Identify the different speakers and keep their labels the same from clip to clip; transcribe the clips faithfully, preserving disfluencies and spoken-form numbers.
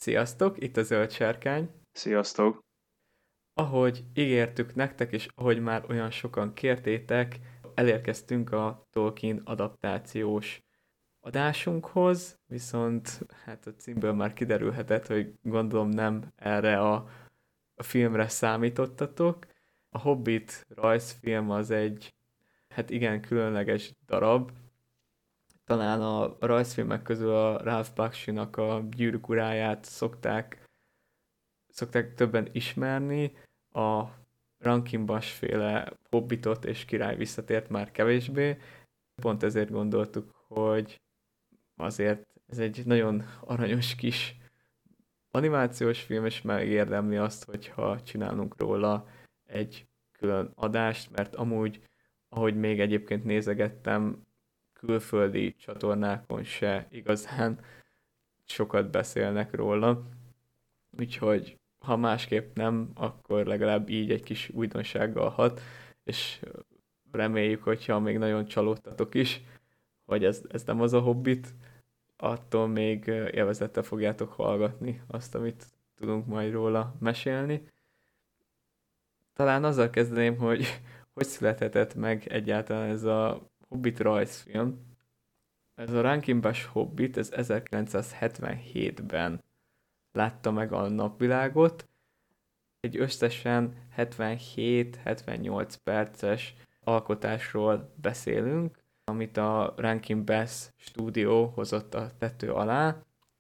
Speaker 1: Sziasztok, itt a Zöld Sárkány.
Speaker 2: Sziasztok!
Speaker 1: Ahogy ígértük nektek, és ahogy már olyan sokan kértétek, elérkeztünk a Tolkien adaptációs adásunkhoz, viszont hát a címből már kiderülhetett, hogy gondolom nem erre a, a filmre számítottatok. A Hobbit rajzfilm az egy, hát igen, különleges darab. Talán a rajzfilmek közül a Ralph Bakshi-nak a Gyűrűk uráját szokták szokták többen ismerni, a Rankin Bass féle Hobbitot és Király visszatért már kevésbé. Pont ezért gondoltuk, hogy azért ez egy nagyon aranyos kis animációs film, és megérdemli azt, hogyha csinálunk róla egy külön adást, mert amúgy, ahogy még egyébként nézegettem, külföldi csatornákon se igazán sokat beszélnek róla, úgyhogy ha másképp nem, akkor legalább így egy kis újdonsággal hat, és reméljük, hogyha még nagyon csalódtatok is, hogy ez, ez nem az a Hobbit, attól még élvezettel fogjátok hallgatni azt, amit tudunk majd róla mesélni. Talán azzal kezdeném, hogy hogy születhetett meg egyáltalán ez a Hobbit rajzfilm. Ez a Rankin Bass Hobbit, ez ezerkilencszázhetvenhétben látta meg a napvilágot. Egy összesen hetvenhét-hetvennyolc perces alkotásról beszélünk, amit a Rankin Bass stúdió hozott a tető alá.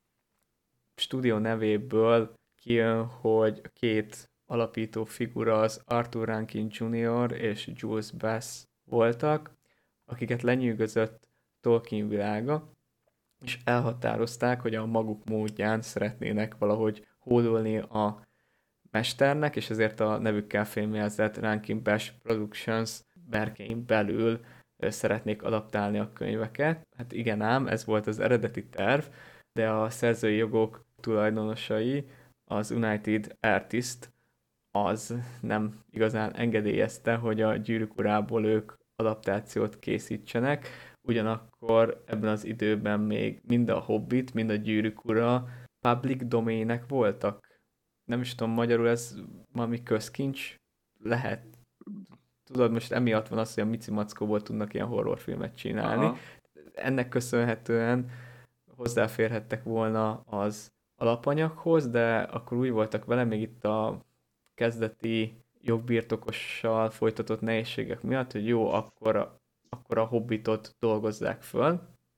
Speaker 1: Stúdió nevéből kijön, hogy a két alapító figura az Arthur Rankin junior és Jules Bass voltak, akiket lenyűgözött Tolkien világa, és elhatározták, hogy a maguk módján szeretnének valahogy hódolni a mesternek, és ezért a nevükkel fémjelzett Rankin Bass Productions berkein belül szeretnék adaptálni a könyveket. Hát igen ám, ez volt az eredeti terv, de a szerzői jogok tulajdonosai, az United Artists, az nem igazán engedélyezte, hogy a Gyűrűk urából ők adaptációt készítsenek. Ugyanakkor ebben az időben még mind a Hobbit, mind a Gyűrűk ura public domainek voltak. Nem is tudom, magyarul ez valami közkincs lehet. Tudod, most emiatt van az, hogy a Mici Mackóból tudnak ilyen horrorfilmet csinálni.
Speaker 2: Aha.
Speaker 1: Ennek köszönhetően hozzáférhettek volna az alapanyaghoz, de akkor úgy voltak vele, még itt a kezdeti jogbirtokossal folytatott nehézségek miatt, hogy jó, akkor a, akkor a Hobbitot dolgozzák föl,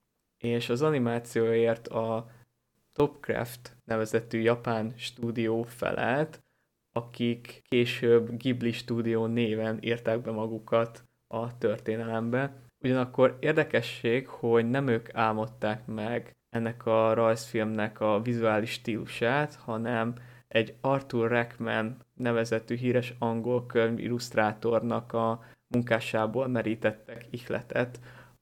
Speaker 1: és az animációért a Topcraft nevezetű japán stúdió felelt, akik később Ghibli stúdió néven írták be magukat a történelembe. Ugyanakkor érdekesség, hogy nem ők álmodták meg ennek a rajzfilmnek a vizuális stílusát, hanem egy Arthur Rackman nevezetű híres angol könyv illusztrátornak a munkásából merítettek ihletet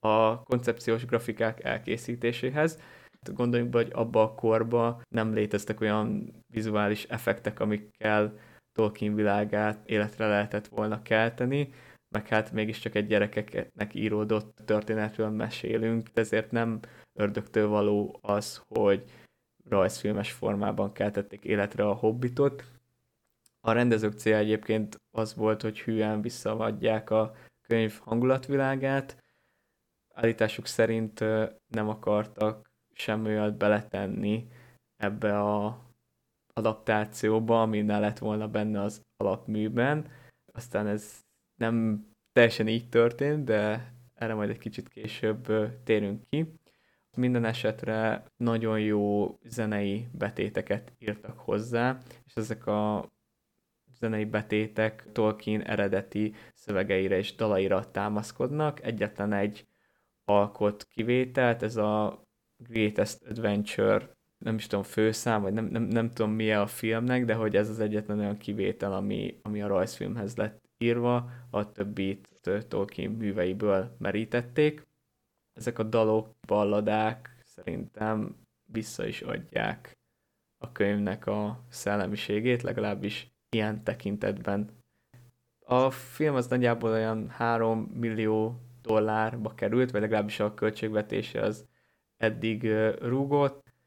Speaker 1: a koncepciós grafikák elkészítéséhez. Gondoljunk be, hogy abba a korba nem léteztek olyan vizuális effektek, amikkel Tolkien világát életre lehetett volna kelteni, meg hát mégiscsak egy gyerekeknek íródott történetről mesélünk, ezért nem ördögtől való az, hogy rajzfilmes formában keltették életre a Hobbitot. A rendezők célja egyébként az volt, hogy hűen visszaadják a könyv hangulatvilágát. Állításuk szerint nem akartak semmi olyat beletenni ebbe a adaptációba, ami ne lett volna benne az alapműben. Aztán ez nem teljesen így történt, de erre majd egy kicsit később térünk ki. Minden esetre nagyon jó zenei betéteket írtak hozzá, és ezek a zenei betétek Tolkien eredeti szövegeire és dalaira támaszkodnak. Egyetlen egy alkot kivételt, ez a Greatest Adventure, nem is tudom, főszám, vagy nem, nem, nem tudom milyen a filmnek, de hogy ez az egyetlen olyan kivétel, ami, ami a rajzfilmhez lett írva, a többit Tolkien műveiből merítették. Ezek a dalok, balladák szerintem vissza is adják a könyvnek a szellemiségét, legalábbis ilyen tekintetben. A film az nagyjából olyan három millió dollárba került, vagy legalábbis a költségvetése az eddig rúgott.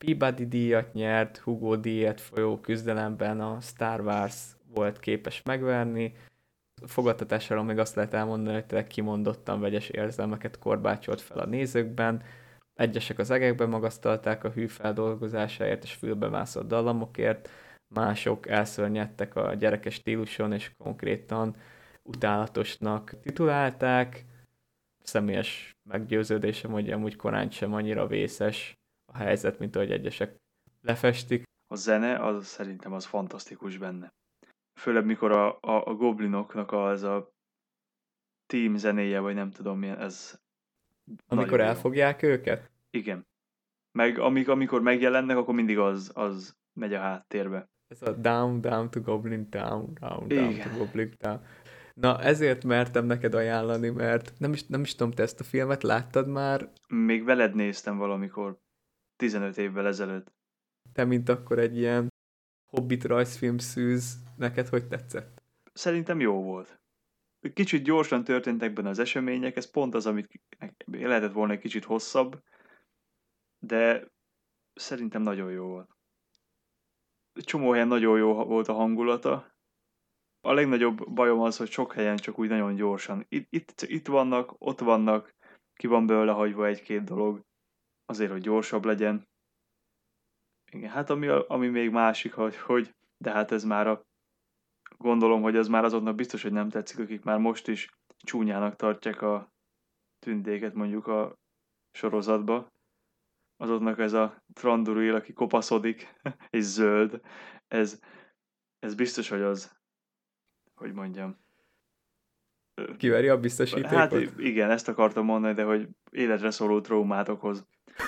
Speaker 1: Peabody díjat nyert, Hugo díjat folyó küzdelemben a Star Wars volt képes megverni. Fogadtatásáról még azt lehet elmondani, hogy tényleg kimondottan vegyes érzelmeket korbácsolt fel a nézőkben. Egyesek az egekben magasztalták a hű feldolgozásáért és fülbemászott dallamokért, mások elszörnyedtek a gyerekes stíluson, és konkrétan utálatosnak titulálták. Személyes meggyőződésem, hogy amúgy korán sem annyira vészes a helyzet, mint ahogy egyesek lefestik.
Speaker 2: A zene, az szerintem az fantasztikus benne. Főleg mikor a, a, a goblinoknak az a team zenéje, vagy nem tudom milyen, ez
Speaker 1: Amikor elfogják őket?
Speaker 2: Igen. Meg amik, amikor megjelennek, akkor mindig az, az megy a háttérbe.
Speaker 1: Ez a down, down to Goblin Town, down, down Igen. to Goblin Town. Na, ezért mertem neked ajánlani, mert nem is, nem is tudom, te ezt a filmet láttad már?
Speaker 2: Még veled néztem valamikor, tizenöt évvel ezelőtt.
Speaker 1: Te, mint akkor egy ilyen Hobbit rajzfilm szűz, neked hogy tetszett?
Speaker 2: Szerintem jó volt. Kicsit gyorsan történtek benne az események, ez pont az, amit lehetett volna egy kicsit hosszabb, de szerintem nagyon jó volt. Csomó helyen nagyon jó volt a hangulata. A legnagyobb bajom az, hogy sok helyen csak úgy nagyon gyorsan. Itt, itt, itt vannak, ott vannak, ki van belőle hagyva egy-két dolog, azért, hogy gyorsabb legyen. Igen, hát ami, ami még másik, hogy, hogy de hát ez már a gondolom, hogy ez már azoknak biztos, hogy nem tetszik, akik már most is csúnyának tartják a tündéket mondjuk a sorozatba. Azoknak ez a Thranduil, aki kopaszodik, és zöld, ez, ez biztos, hogy az, hogy mondjam.
Speaker 1: Kiveri a biztosítékot?
Speaker 2: Hát igen, ezt akartam mondani, de hogy életre szóló traumát okoz.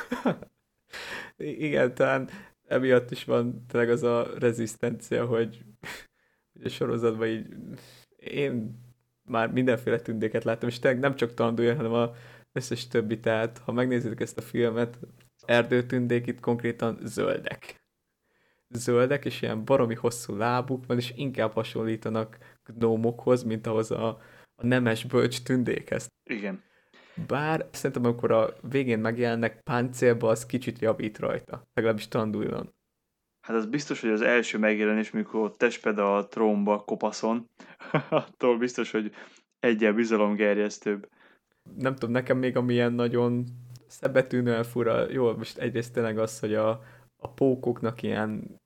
Speaker 1: Igen, talán emiatt is van tényleg az a rezisztencia, hogy, hogy a sorozatban így én már mindenféle tündéket láttam, és tényleg nem csak Thranduil, hanem a összes többi, tehát ha megnézitek ezt a filmet, erdőtündék itt konkrétan zöldek. Zöldek, és ilyen baromi hosszú lábuk van, és inkább hasonlítanak gnómokhoz, mint ahhoz a, a nemes bölcs tündékhez.
Speaker 2: Igen.
Speaker 1: Bár szerintem, amikor a végén megjelennek páncélba, az kicsit javít rajta. Legalábbis Thranduilon.
Speaker 2: Hát az biztos, hogy az első megjelenés, mikor testped a trónba kopaszon, attól biztos, hogy egyel bizalomgerjesztőbb.
Speaker 1: Nem tudom, nekem még amilyen nagyon szebbetűnően fura, jó, most egyrészt tényleg az, hogy a, a pókoknak ilyen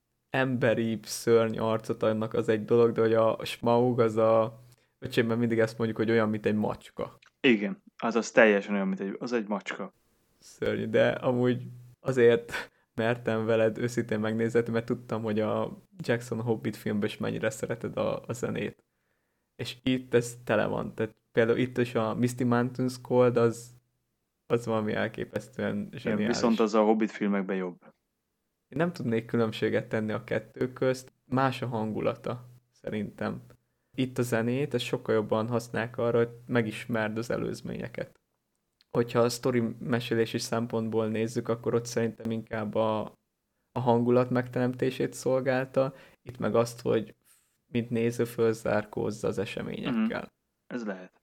Speaker 1: emberi szörny arcot adnak, az egy dolog, de hogy a Smaug az a öcsémben mindig ezt mondjuk, hogy olyan, mint egy macska.
Speaker 2: Igen, az az teljesen olyan, mint egy, az egy macska.
Speaker 1: Szörnyű, de amúgy azért mertem veled őszintén megnézni, mert tudtam, hogy a Jackson Hobbit filmben is mennyire szereted a, a zenét. És itt ez tele van. Tehát például itt is a Misty Mountains Cold, az, az valami elképesztően zseniális.
Speaker 2: Igen, viszont az a Hobbit filmekben jobb.
Speaker 1: Én nem tudnék különbséget tenni a kettő közt. Más a hangulata, szerintem. Itt a zenét, ezt sokkal jobban használják arra, hogy megismerd az előzményeket. Hogyha a sztori mesélési szempontból nézzük, akkor ott szerintem inkább a, a hangulat megteremtését szolgálta, itt meg azt, hogy mint néző fölzárkózza az eseményekkel. Mm-hmm.
Speaker 2: Ez lehet.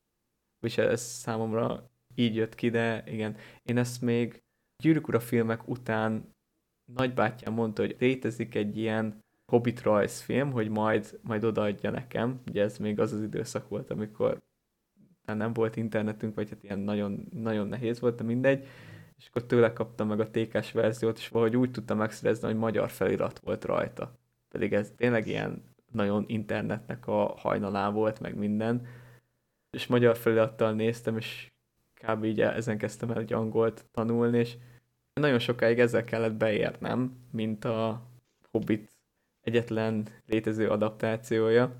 Speaker 1: És ez számomra így jött ki, de igen, én ezt még Gyűrűk Ura filmek után nagybátyám mondta, hogy létezik egy ilyen Hobbit rajzfilm, hogy majd, majd odaadja nekem. Ugye ez még az az időszak volt, amikor nem volt internetünk, vagy hát ilyen nagyon, nagyon nehéz volt, de mindegy. És akkor tőle kaptam meg a té kás verziót, és valahogy úgy tudtam megszerezni, hogy magyar felirat volt rajta. Pedig ez tényleg ilyen nagyon internetnek a hajnalán volt, meg minden. És magyar felirattal néztem, és kb. Így ezen kezdtem el egy angolt tanulni, és nagyon sokáig ezzel kellett beérnem, mint a Hobbit egyetlen létező adaptációja.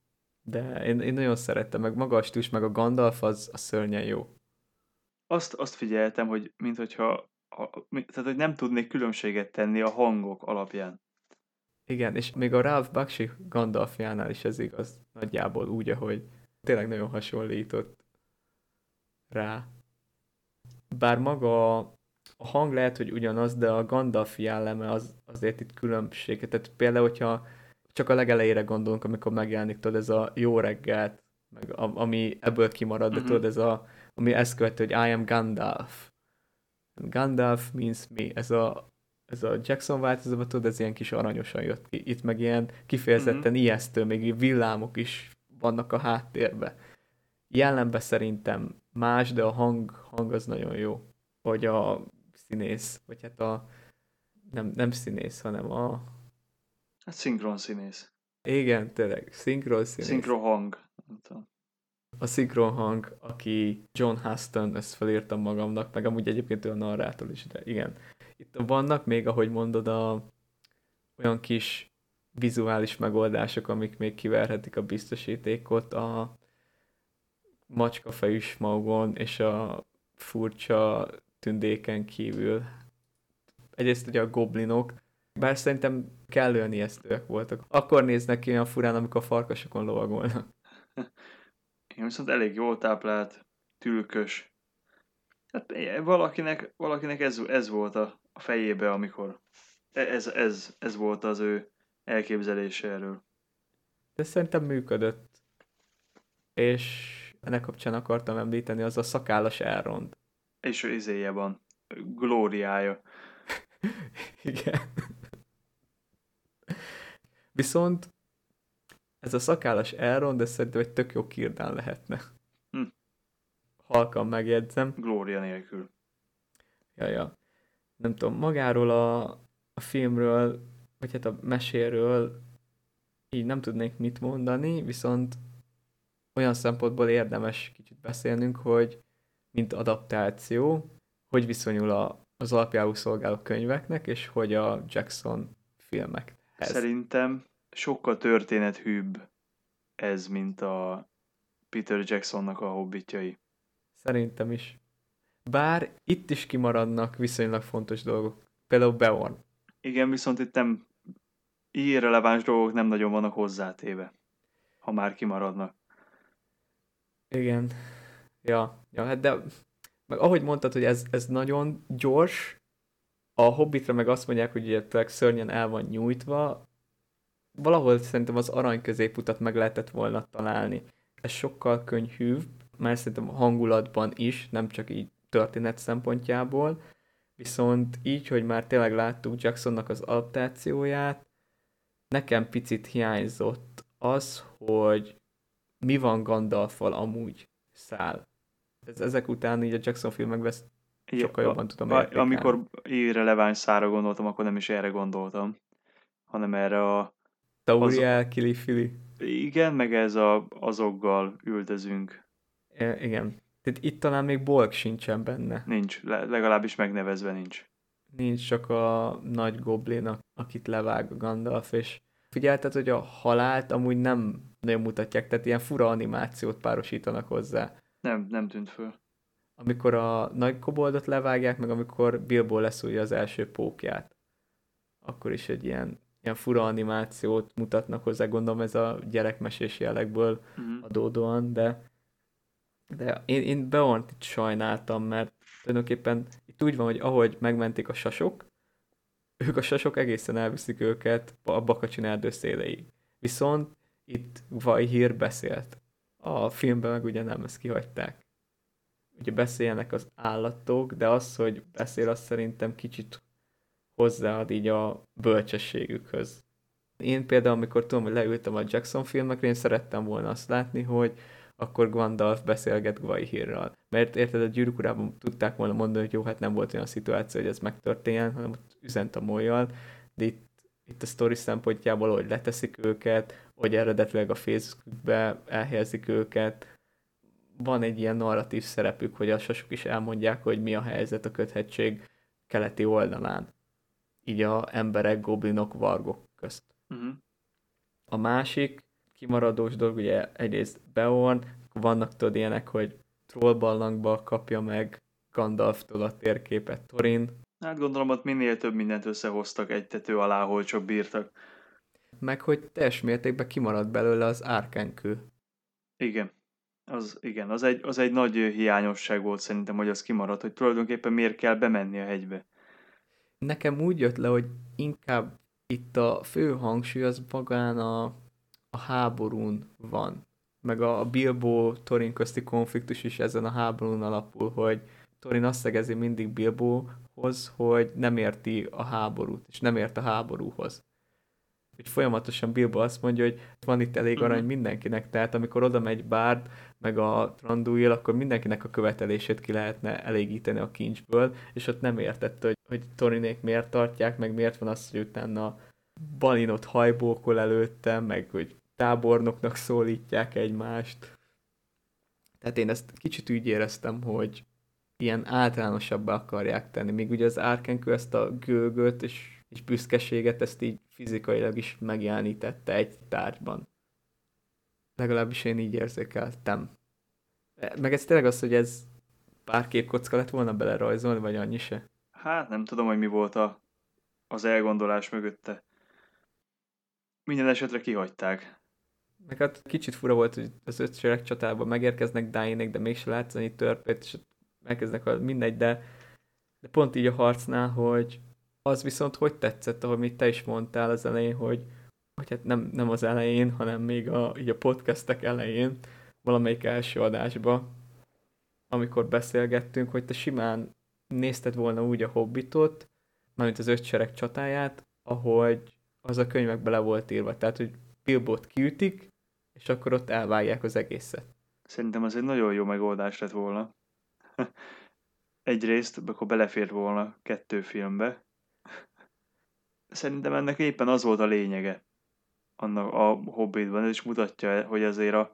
Speaker 1: De én, én nagyon szerettem, meg maga a stílus, meg a Gandalf, az, az szörnyen jó.
Speaker 2: Azt, azt figyeltem, hogy minthogyha, tehát hogy nem tudnék különbséget tenni a hangok alapján.
Speaker 1: Igen, és még a Ralph Bakshi Gandalfjánál is ez igaz, nagyjából úgy, ahogy tényleg nagyon hasonlított rá. Bár maga a hang lehet, hogy ugyanaz, de a Gandalf jelleme az, azért itt különbség. Tehát például, hogyha csak a legelejére gondolunk, amikor megjelenik, tudod, ez a jó reggelt, meg ami ebből kimarad, de uh-huh. tudod, ez a, ami ezt követő, hogy I am Gandalf. Gandalf means me. Ez a ez a Jackson változatban, tudod, ez ilyen kis aranyosan jött ki. Itt meg ilyen kifejezetten uh-huh. ijesztő, még villámok is vannak a háttérben. Jelenben szerintem más, de a hang, hang az nagyon jó. Vagy a színész, vagy hát a nem, nem színész, hanem a...
Speaker 2: Hát szinkron színész.
Speaker 1: Igen, tényleg, szinkron színész.
Speaker 2: Szinkron hang.
Speaker 1: A szinkron hang, aki John Huston, ezt felírtam magamnak, meg amúgy egyébként ő a narrátor is, de igen. Itt vannak még, ahogy mondod, a, olyan kis vizuális megoldások, amik még kiverhetik a biztosítékot, a macskafejű Smaugon és a furcsa tündéken kívül. Egyrészt ugye a goblinok, bár szerintem kellően ijesztőek voltak. Akkor néznek ki olyan furán, amikor a farkasokon lovagolnak.
Speaker 2: Én viszont elég jól táplált, tülkös. Hát valakinek, valakinek ez, ez volt a, a fejébe, amikor ez, ez, ez volt az ő elképzelése erről.
Speaker 1: De szerintem működött. És ennek kapcsán akartam említeni, az a szakállas Elrond.
Speaker 2: És ő izéje van. Glóriája.
Speaker 1: Igen. Viszont ez a szakállas Elrond, ez szerintem egy tök jó kirdán lehetne. Hm. Halkan megjegyzem.
Speaker 2: Glória nélkül.
Speaker 1: Ja, ja. Nem tudom, magáról a, a filmről, vagy hát a meséről így nem tudnék mit mondani, viszont olyan szempontból érdemes kicsit beszélnünk, hogy mint adaptáció, hogy viszonyul a, az alapjául szolgáló könyveknek, és hogy a Jackson filmekhez.
Speaker 2: Szerintem sokkal történethűbb ez, mint a Peter Jacksonnak a Hobbitjai.
Speaker 1: Szerintem is. Bár itt is kimaradnak viszonylag fontos dolgok. Például Beorn.
Speaker 2: Igen, viszont itt nem irreleváns dolgok nem nagyon vannak hozzátéve, ha már kimaradnak.
Speaker 1: Igen. Ja, ja hát de meg ahogy mondtad, hogy ez, ez nagyon gyors, a Hobbitra meg azt mondják, hogy ugye szörnyen el van nyújtva, valahol szerintem az arany középutat meg lehetett volna találni. Ez sokkal könnyűbb, mert szerintem a hangulatban is, nem csak így történet szempontjából, viszont így, hogy már tényleg láttuk Jacksonnak az adaptációját, nekem picit hiányzott az, hogy mi van Gandalf-val amúgy száll. Ez, ezek után így a Jackson filmekben sokkal
Speaker 2: ja,
Speaker 1: jobban tudom
Speaker 2: a,
Speaker 1: értékelni.
Speaker 2: Amikor irreleváns szára gondoltam, akkor nem is erre gondoltam, hanem erre a...
Speaker 1: Tauriel, Kili-Fili.
Speaker 2: Igen, meg ez a azoggal üldözünk.
Speaker 1: E, igen. Tehát itt talán még Bolg sincsen benne.
Speaker 2: Nincs, le, legalábbis megnevezve nincs.
Speaker 1: Nincs, csak a nagy goblin, akit levág a Gandalf, és figyelted, hogy a halált amúgy nem nagyon mutatják, tehát ilyen fura animációt párosítanak hozzá.
Speaker 2: Nem, nem tűnt föl.
Speaker 1: Amikor a nagy koboldot levágják, meg amikor Bilbo leszúrja az első pókját. Akkor is egy ilyen, ilyen fura animációt mutatnak hozzá, gondolom ez a gyerekmesés jellegből uh-huh. adódóan, de, de én, én Beornt itt sajnáltam, mert tulajdonképpen itt úgy van, hogy ahogy megmentik a sasok, ők a sasok egészen elviszik őket a Bakacsin erdő széleig. Viszont itt Gwaihir beszélt. A filmben meg ugye nem, ezt kihagyták. Ugye beszéljenek az állatok, de az, hogy beszél, az szerintem kicsit hozzáad így a bölcsességükhöz. Én például, amikor tudom, hogy leültem a Jackson filmekre, én szerettem volna azt látni, hogy akkor Gandalf beszélget Gwaihirral. Mert érted, a Gyűrűk Urában tudták volna mondani, hogy jó, hát nem volt olyan szituáció, hogy ez megtörténjen, hanem ott üzent a molyjal, de itt, itt a sztori szempontjából, hogy leteszik őket, hogy eredetileg a Facebookbe elhelyezik őket, van egy ilyen narratív szerepük, hogy a sasok is elmondják, hogy mi a helyzet a köthetség keleti oldalán. Így a emberek, goblinok, vargok közt. Uh-huh. A másik kimaradós dolog, ugye egyrészt Beorn, vannak tudod ilyenek, hogy trollballangba kapja meg Gandalftól a térképet Thorin.
Speaker 2: Hát gondolom, ott minél több mindent összehoztak egy tető alá, hol csak bírtak.
Speaker 1: Meg hogy teljes mértékben kimaradt belőle az árkánkő.
Speaker 2: Igen. Az, igen, az egy, az egy nagy hiányosság volt szerintem, hogy az kimaradt, hogy tulajdonképpen miért kell bemenni a hegybe.
Speaker 1: Nekem úgy jött le, hogy inkább itt a fő hangsúly az magán a, a háborún van. Meg a, a Bilbo-Thorin közti konfliktus is ezen a háborún alapul, hogy Thorin azt szegezi mindig Bilbohoz, hogy nem érti a háborút, és nem ért a háborúhoz. Hogy folyamatosan Bilbo azt mondja, hogy van itt elég arany
Speaker 2: Uh-huh.
Speaker 1: mindenkinek, tehát amikor oda megy Bard, meg a Thranduil, akkor mindenkinek a követelését ki lehetne elégíteni a kincsből, és ott nem értette, hogy, hogy Thorinék miért tartják, meg miért van az, hogy utána Balinot hajbókol előtte, meg hogy tábornoknak szólítják egymást. Tehát én ezt kicsit úgy éreztem, hogy ilyen általánosabbá akarják tenni. Még ugye az Árkenkő ezt a gőgöt és, és büszkeséget, ezt így fizikailag is megjelenítette egy tárgyban. Legalábbis én így érzékeltem. Meg ez tényleg az, hogy ez pár képkocka lett volna belerajzolni, vagy annyi se?
Speaker 2: Hát nem tudom, hogy mi volt a, az elgondolás mögötte. Minden esetre kihagyták.
Speaker 1: Meg hát kicsit fura volt, hogy az öt sereg csatában megérkeznek Dainék, de mégse látszani törpét, és elkezdnek a mindegy, de, de pont így a harcnál, hogy az viszont hogy tetszett, ahogy mit te is mondtál az elején, hogy, hogy hát nem, nem az elején, hanem még a, így a podcastek elején, valamelyik első adásba, amikor beszélgettünk, hogy te simán nézted volna úgy a Hobbitot, mármint az öt sereg csatáját, ahogy az a könyvekbe le volt írva. Tehát, hogy Bilbót kiütik, és akkor ott elvágják az egészet.
Speaker 2: Szerintem az egy nagyon jó megoldás lett volna. Egyrészt, akkor belefért volna kettő filmbe. Szerintem ennek éppen az volt a lényege annak a Hobbitban, ez is mutatja, hogy azért a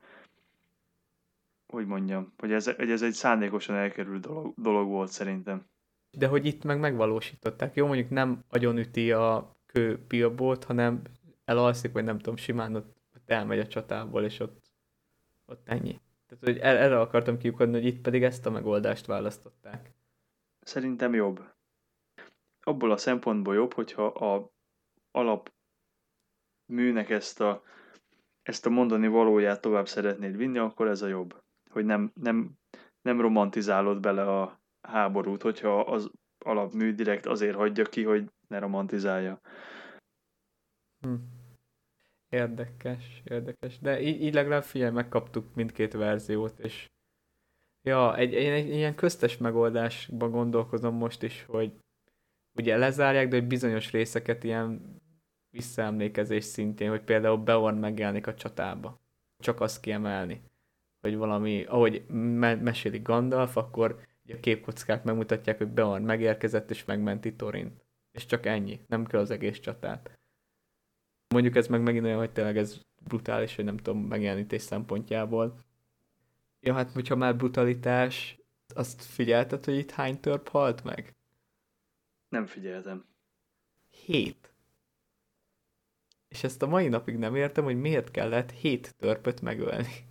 Speaker 2: hogy mondjam, hogy ez, hogy ez egy szándékosan elkerült dolog, dolog volt szerintem.
Speaker 1: De hogy itt meg megvalósították. Jó, mondjuk nem agyonüti a kő Bilbót, hanem elalszik, vagy nem tudom, simán ott, ott elmegy a csatából, és ott, ott ennyi. Tehát, hogy el- erre akartam kiukadni, hogy itt pedig ezt a megoldást választották.
Speaker 2: Szerintem jobb. Abból a szempontból jobb, hogyha a alap műnek ezt a, ezt a mondani valóját tovább szeretnéd vinni, akkor ez a jobb. Hogy nem, nem, nem romantizálod bele a háborút, hogyha az alapmű direkt azért hagyja ki, hogy ne romantizálja.
Speaker 1: Hm. Érdekes, érdekes. De így, így legalább figyelj, megkaptuk mindkét verziót, és ja, egy, egy, egy ilyen köztes megoldásban gondolkozom most is, hogy ugye lezárják, de hogy bizonyos részeket ilyen visszaemlékezés szintén, hogy például Beorn megjelenik a csatába. Csak azt kiemelni, hogy valami, ahogy me- meséli Gandalf, akkor ugye a képkockák megmutatják, hogy Beorn megérkezett és megmenti Torint. És csak ennyi, nem kell az egész csatát. Mondjuk ez meg megint olyan, hogy tényleg ez brutális, hogy nem tudom, megjelenítés szempontjából. Ja, hát hogyha már brutalitás, azt figyelted, hogy itt hány törp halt meg?
Speaker 2: Nem figyeltem.
Speaker 1: Hét. És ezt a mai napig nem értem, hogy miért kellett hét törpöt megölni.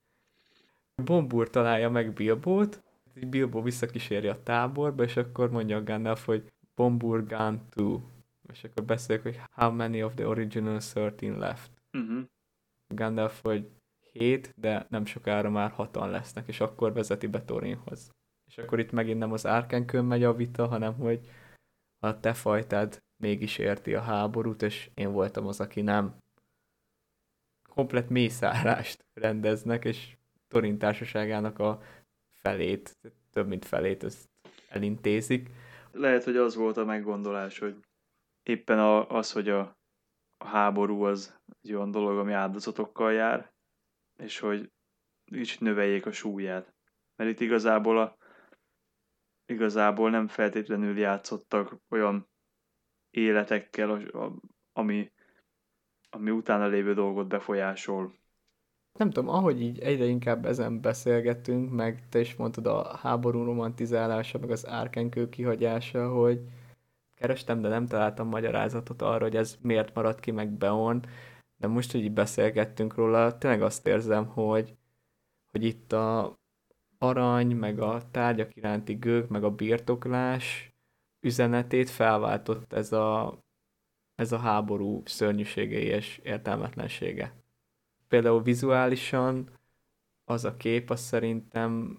Speaker 1: Bombur találja meg Bilbót, Bilbo visszakíséri a táborba, és akkor mondja a Gandalf, hogy Bombur gone too. És akkor beszéljük, hogy how many of the original thirteen left.
Speaker 2: Uh-huh.
Speaker 1: Gandalf, hogy hét, de nem sokára már hatan lesznek, és akkor vezeti be Thorinhoz. És akkor itt megint nem az Árkenkőn megy a vita, hanem hogy a te fajtád mégis érti a háborút, és én voltam az, aki nem. Komplett mészárást rendeznek, és Thorin társaságának a felét, több mint felét ezt elintézik.
Speaker 2: Lehet, hogy az volt a meggondolás, hogy éppen a, az, hogy a, a háború az egy olyan dolog, ami áldozatokkal jár, és hogy kicsit növeljék a súlyát. Mert itt igazából, a, igazából nem feltétlenül játszottak olyan életekkel, a, a, ami, ami utána lévő dolgot befolyásol.
Speaker 1: Nem tudom, ahogy így egyre inkább ezen beszélgetünk, meg te is mondtad a háború romantizálása, meg az Árkenkő kihagyása, hogy kerestem, de nem találtam magyarázatot arra, hogy ez miért maradt ki meg Beorn, de most, hogy így beszélgettünk róla, tényleg azt érzem, hogy, hogy itt a arany, meg a tárgyak iránti gőg, meg a birtoklás üzenetét felváltott ez a, ez a háború szörnyűségei és értelmetlensége. Például vizuálisan az a kép, az szerintem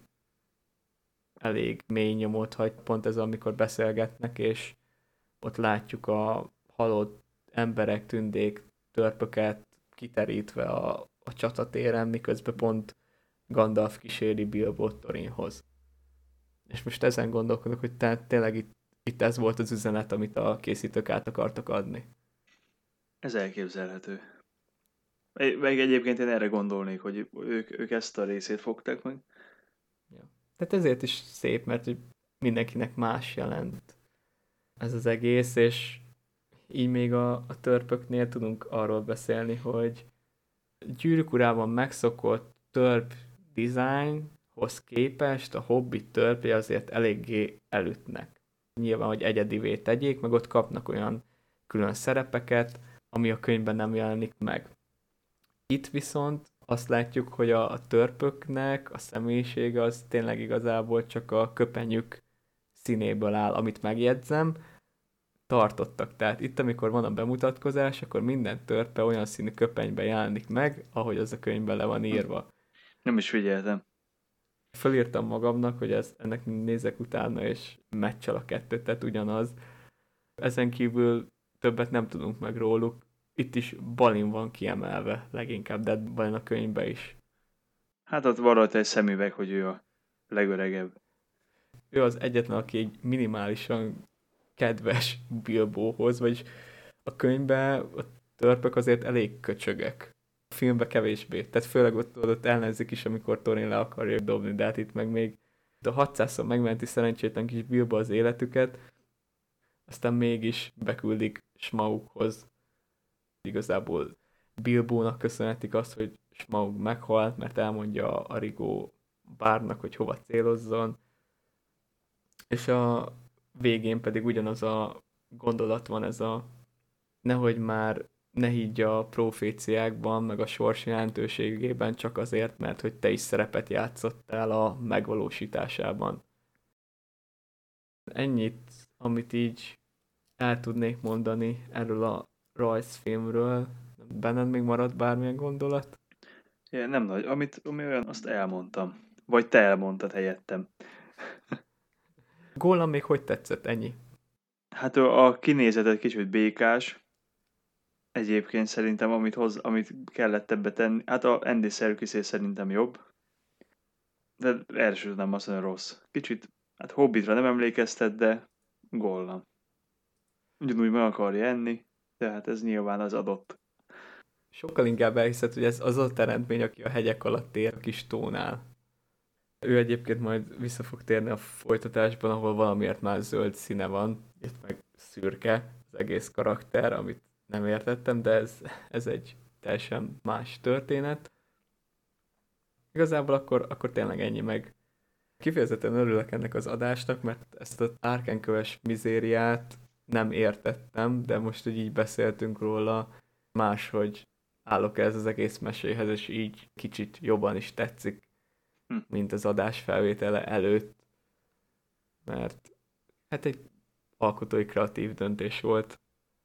Speaker 1: elég mély nyomot hagy, pont ez, amikor beszélgetnek, és ott látjuk a halott emberek, tündék, törpöket kiterítve a, a csatatéren, miközben pont Gandalf kíséri Bilbót Thorinhoz. És most ezen gondolkodok, hogy tehát tényleg itt, itt ez volt az üzenet, amit a készítők át akartak adni.
Speaker 2: Ez elképzelhető. Meg egyébként én erre gondolnék, hogy ők, ők ezt a részét fogták meg.
Speaker 1: Ja. Tehát ezért is szép, mert hogy mindenkinek más jelent ez az egész, és így még a, a törpöknél tudunk arról beszélni, hogy Gyűrűk Urában megszokott törp dizájnhoz képest a Hobbit törpje azért eléggé elütnek. Nyilván, hogy egyedivé tegyék, meg ott kapnak olyan külön szerepeket, ami a könyvben nem jelenik meg. Itt viszont azt látjuk, hogy a, a törpöknek a személyisége az tényleg igazából csak a köpenyük színéből áll, amit megjegyzem, tartottak. Tehát itt, amikor van a bemutatkozás, akkor minden törpe olyan színű köpenyben jelenik meg, ahogy az a könyvben le van írva.
Speaker 2: Nem is figyeltem.
Speaker 1: Fölírtam magamnak, hogy ez, ennek nézek utána, és meccsel a kettőt, tehát ugyanaz. Ezen kívül többet nem tudunk meg róluk. Itt is Balin van kiemelve leginkább, de Balin a könyvben is.
Speaker 2: Hát ott van rajta egy szemüveg, hogy ő a legöregebb.
Speaker 1: Ő az egyetlen, aki egy minimálisan kedves Bilbóhoz, vagyis a könyvben a törpök azért elég köcsögek. A filmben kevésbé. Tehát főleg ott, ott ellenzik is, amikor Thorin le akarja dobni, de hát itt meg még a hatszázszor megmenti szerencsétlen kis Bilbo az életüket, aztán mégis beküldik Smaughoz. Igazából Bilbónak köszönhetik azt, hogy Smaug meghalt, mert elmondja a Rigó bárnak, hogy hova célozzon. És a végén pedig ugyanaz a gondolat van, ez a nehogy már ne higgy a proféciákban, meg a sors jelentőségében csak azért, mert hogy te is szerepet játszottál a megvalósításában. Ennyit, amit így el tudnék mondani erről a rajzfilmről. Benned még maradt bármilyen gondolat?
Speaker 2: Ja, nem nagy. Amit, ami olyan, azt elmondtam. Vagy te elmondtad helyettem.
Speaker 1: Gólam még hogy tetszett? Ennyi.
Speaker 2: Hát a kinézetet kicsit békás. Egyébként szerintem, amit, hoz, amit kellett ebbe tenni, hát a Andy Serkis szerintem jobb. De erre sem tudnám azt mondani, rossz. Kicsit, hát Hobbitra nem emlékeztet, de Gollum. Ugyanúgy meg akarja enni, de hát ez nyilván az adott.
Speaker 1: Sokkal inkább elhiszed, hogy ez az a teremtmény, aki a hegyek alatt ér a kis tónál. Ő egyébként majd vissza fog térni a folytatásban, ahol valamiért már zöld színe van, itt meg szürke az egész karakter, amit nem értettem, de ez, ez egy teljesen más történet. Igazából akkor, akkor tényleg ennyi meg. Kifejezetten örülök ennek az adásnak, mert ezt az árkenköves mizériát nem értettem, de most, hogy így beszéltünk róla, máshogy állok ez az egész meséhez, és így kicsit jobban is tetszik,
Speaker 2: Hm.
Speaker 1: mint az adás felvétele előtt, mert hát egy alkotói kreatív döntés volt.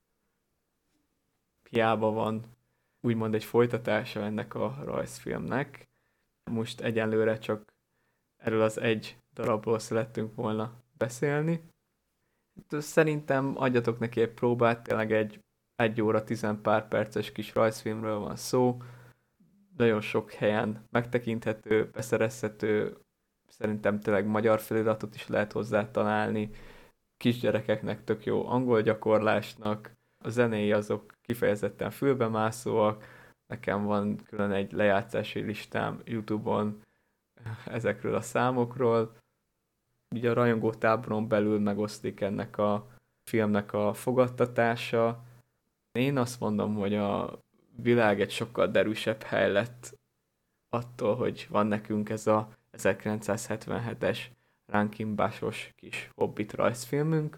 Speaker 1: Hiába van úgymond egy folytatása ennek a rajzfilmnek. Most egyenlőre csak erről az egy darabról szerettünk volna beszélni. Szerintem adjatok neki egy próbát, tényleg egy egy óra tizen pár perces kis rajzfilmről van szó. Nagyon sok helyen megtekinthető, beszerezhető, szerintem tényleg magyar feliratot is lehet hozzá találni. Kisgyerekeknek tök jó angol gyakorlásnak, a zenéi azok kifejezetten fülbemászóak, nekem van külön egy lejátszási listám YouTube-on ezekről a számokról. Ugye a rajongótáboron belül megosztik ennek a filmnek a fogadtatása. Én azt mondom, hogy a világ egy sokkal derűsebb hely lett attól, hogy van nekünk ez a ezerkilencszázhetvenhetes ránkimbásos kis Hobbit rajzfilmünk.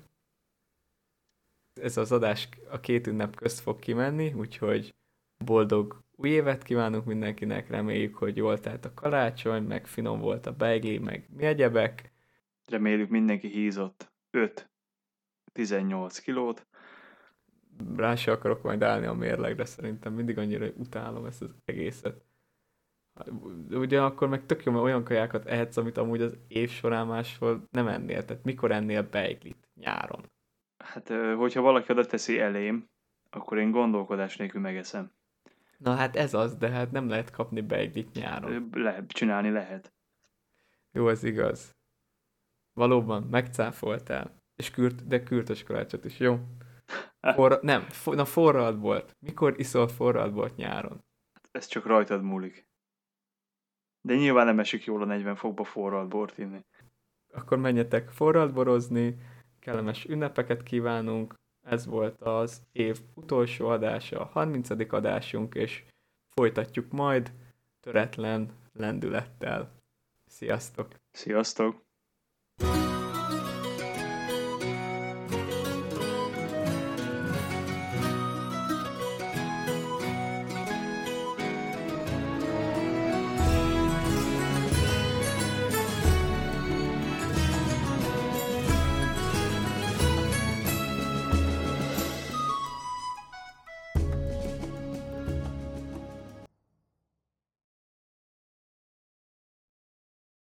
Speaker 1: Ez az adás a két ünnep közt fog kimenni, úgyhogy boldog új évet kívánunk mindenkinek, reméljük, hogy jól telt a karácsony, meg finom volt a beigli, meg mi egyebek.
Speaker 2: Reméljük mindenki hízott öt tizennyolc kilót.
Speaker 1: Rá se akarok majd állni a mérlegre, szerintem mindig annyira utálom ezt az egészet. Ugye akkor meg tök jó, mert olyan kajákat ehetsz, amit amúgy az év során máshol nem ennél. Tehát mikor ennél beiglit nyáron?
Speaker 2: Hát, hogyha valaki oda teszi elém, akkor én gondolkodás nélkül megeszem.
Speaker 1: Na hát ez az, de hát nem lehet kapni beiglit nyáron.
Speaker 2: Lehet, csinálni lehet.
Speaker 1: Jó, ez igaz. Valóban, megcáfoltál. És kürt, de kürtös kalácsot is, jó? Forra, nem, for, na forralt bort. Mikor iszol forralt bort nyáron?
Speaker 2: Ez csak rajtad múlik. De nyilván nem esik jól a negyven fokba forralt bort inni.
Speaker 1: Akkor menjetek forralt borozni, kellemes ünnepeket kívánunk. Ez volt az év utolsó adása, a harmincadik adásunk, és folytatjuk majd töretlen lendülettel. Sziasztok!
Speaker 2: Sziasztok!